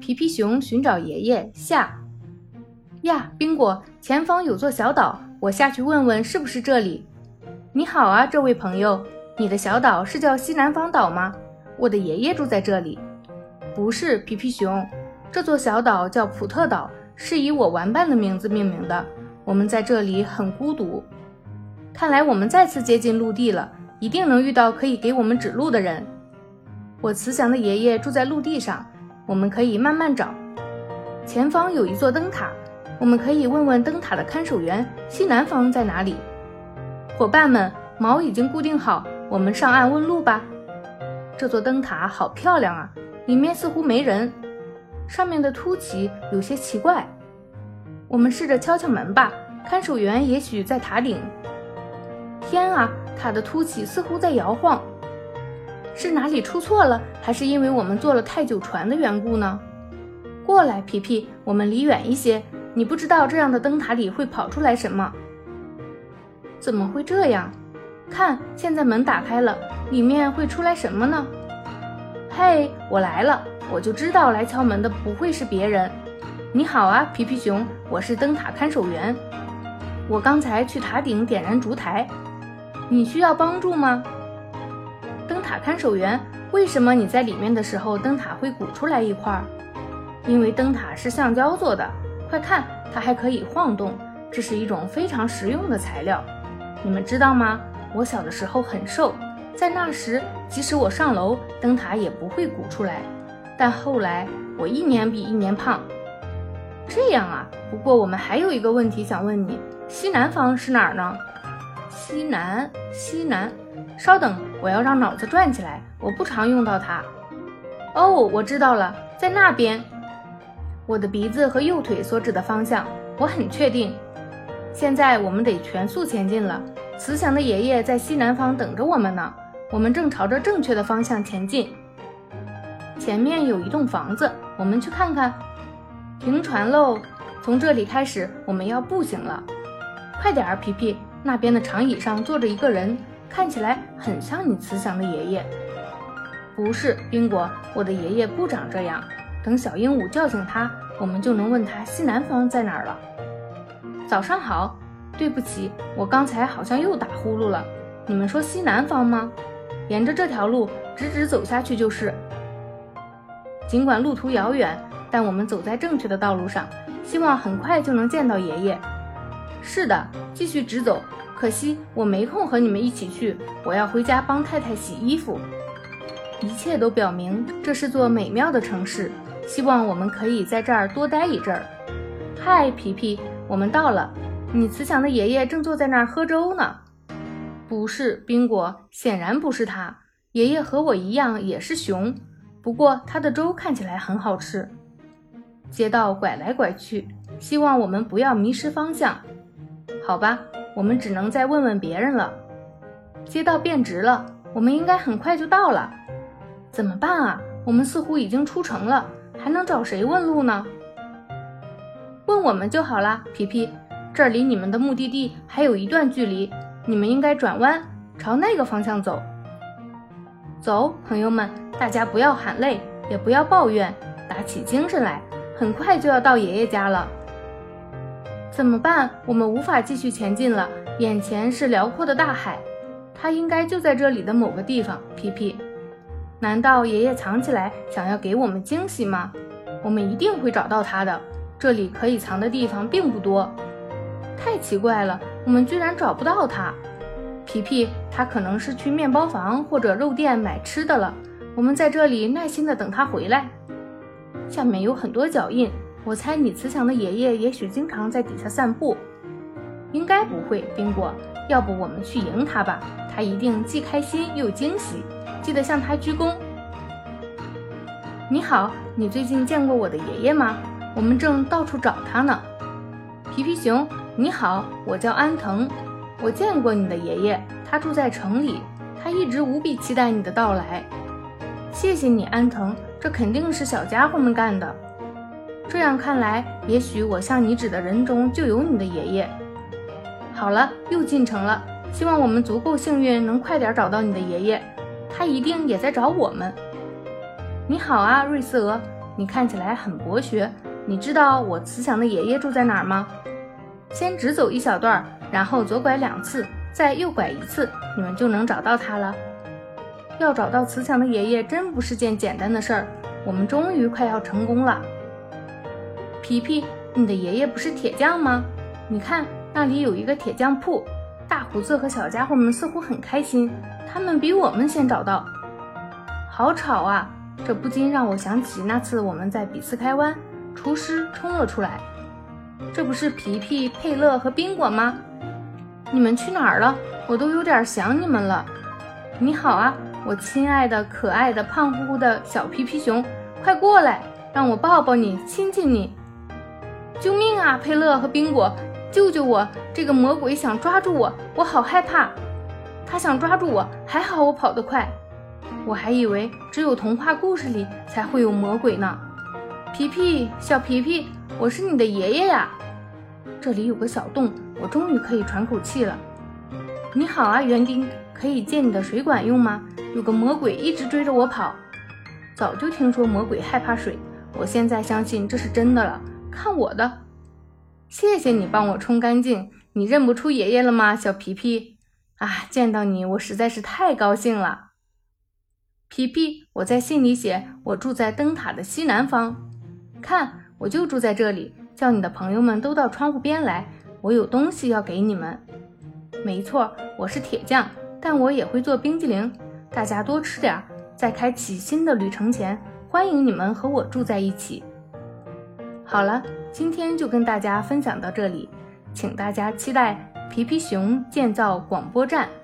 皮皮熊寻找爷爷下。呀，宾果，前方有座小岛，我下去问问是不是这里。你好啊，这位朋友，你的小岛是叫西南方岛吗？我的爷爷住在这里。不是，皮皮熊，这座小岛叫普特岛，是以我玩伴的名字命名的。我们在这里很孤独。看来我们再次接近陆地了，一定能遇到可以给我们指路的人。我慈祥的爷爷住在陆地上，我们可以慢慢找。前方有一座灯塔，我们可以问问灯塔的看守员西南方在哪里。伙伴们，锚已经固定好，我们上岸问路吧。这座灯塔好漂亮啊，里面似乎没人，上面的凸起有些奇怪。我们试着敲敲门吧，看守员也许在塔顶。天啊，塔的凸起似乎在摇晃，是哪里出错了，还是因为我们坐了太久船的缘故呢？过来，皮皮，我们离远一些，你不知道这样的灯塔里会跑出来什么。怎么会这样？看，现在门打开了，里面会出来什么呢？嘿，我来了，我就知道来敲门的不会是别人。你好啊，皮皮熊，我是灯塔看守员。我刚才去塔顶点燃烛台，你需要帮助吗？灯塔看守员，为什么你在里面的时候灯塔会鼓出来一块？因为灯塔是橡胶做的，快看，它还可以晃动，这是一种非常实用的材料。你们知道吗？我小的时候很瘦，在那时即使我上楼，灯塔也不会鼓出来，但后来我一年比一年胖。这样啊，不过我们还有一个问题想问你，西南方是哪儿呢？西南，稍等，我要让脑子转起来，我不常用到它。哦，我知道了，在那边。我的鼻子和右腿所指的方向，我很确定。现在我们得全速前进了，慈祥的爷爷在西南方等着我们呢，我们正朝着正确的方向前进。前面有一栋房子，我们去看看。停船喽，从这里开始我们要步行了。快点儿，皮皮，那边的长椅上坐着一个人，看起来很像你慈祥的爷爷。不是，宾果，我的爷爷不长这样。等小鹦鹉叫醒他，我们就能问他西南方在哪儿了。早上好，对不起，我刚才好像又打呼噜了。你们说西南方吗？沿着这条路直直走下去就是。尽管路途遥远，但我们走在正确的道路上，希望很快就能见到爷爷。是的，继续直走。可惜我没空和你们一起去，我要回家帮太太洗衣服。一切都表明这是座美妙的城市，希望我们可以在这儿多待一阵儿。嗨，皮皮，我们到了。你慈祥的爷爷正坐在那儿喝粥呢。不是，宾果，显然不是他。爷爷和我一样也是熊，不过他的粥看起来很好吃。街道拐来拐去，希望我们不要迷失方向。好吧，我们只能再问问别人了。街道变直了，我们应该很快就到了。怎么办啊？我们似乎已经出城了，还能找谁问路呢？问我们就好啦，皮皮，这儿离你们的目的地还有一段距离，你们应该转弯，朝那个方向走。走，朋友们，大家不要喊累，也不要抱怨，打起精神来，很快就要到爷爷家了。怎么办？我们无法继续前进了，眼前是辽阔的大海，它应该就在这里的某个地方，皮皮。难道爷爷藏起来想要给我们惊喜吗？我们一定会找到他的，这里可以藏的地方并不多。太奇怪了，我们居然找不到他。皮皮，他可能是去面包房或者肉店买吃的了，我们在这里耐心地等他回来。下面有很多脚印，我猜你慈祥的爷爷也许经常在底下散步。应该不会，宾果，要不我们去迎他吧，他一定既开心又惊喜。记得向他鞠躬。你好，你最近见过我的爷爷吗？我们正到处找他呢。皮皮熊，你好，我叫安藤。我见过你的爷爷，他住在城里，他一直无比期待你的到来。谢谢你，安藤，这肯定是小家伙们干的。这样看来，也许我向你指的人中就有你的爷爷。好了，又进城了，希望我们足够幸运，能快点找到你的爷爷。他一定也在找我们。你好啊，瑞斯鹅， 你看起来很博学，你知道我慈祥的爷爷住在哪儿吗？先直走一小段，然后左拐2次，再右拐1次，你们就能找到他了。要找到慈祥的爷爷真不是件简单的事儿，我们终于快要成功了。皮皮，你的爷爷不是铁匠吗？你看那里有一个铁匠铺，大胡子和小家伙们似乎很开心，他们比我们先找到。好吵啊，这不禁让我想起那次我们在比斯开湾，厨师冲了出来。这不是皮皮、佩勒和宾果吗？你们去哪儿了？我都有点想你们了。你好啊，我亲爱的、可爱的、胖乎乎的小皮皮熊，快过来，让我抱抱你，亲亲你。救命啊，佩勒和宾果，救救我！这个魔鬼想抓住我，我好害怕。他想抓住我，还好我跑得快。我还以为只有童话故事里才会有魔鬼呢。皮皮，小皮皮，我是你的爷爷呀。这里有个小洞，我终于可以喘口气了。你好啊，园丁，可以借你的水管用吗？有个魔鬼一直追着我跑。早就听说魔鬼害怕水，我现在相信这是真的了。看我的！谢谢你帮我冲干净。你认不出爷爷了吗，小皮皮？啊，见到你我实在是太高兴了。皮皮，我在信里写我住在灯塔的西南方。看，我就住在这里，叫你的朋友们都到窗户边来，我有东西要给你们。没错，我是铁匠，但我也会做冰激凌，大家多吃点，在开启新的旅程前，欢迎你们和我住在一起。好了，今天就跟大家分享到这里，请大家期待皮皮熊建造广播站。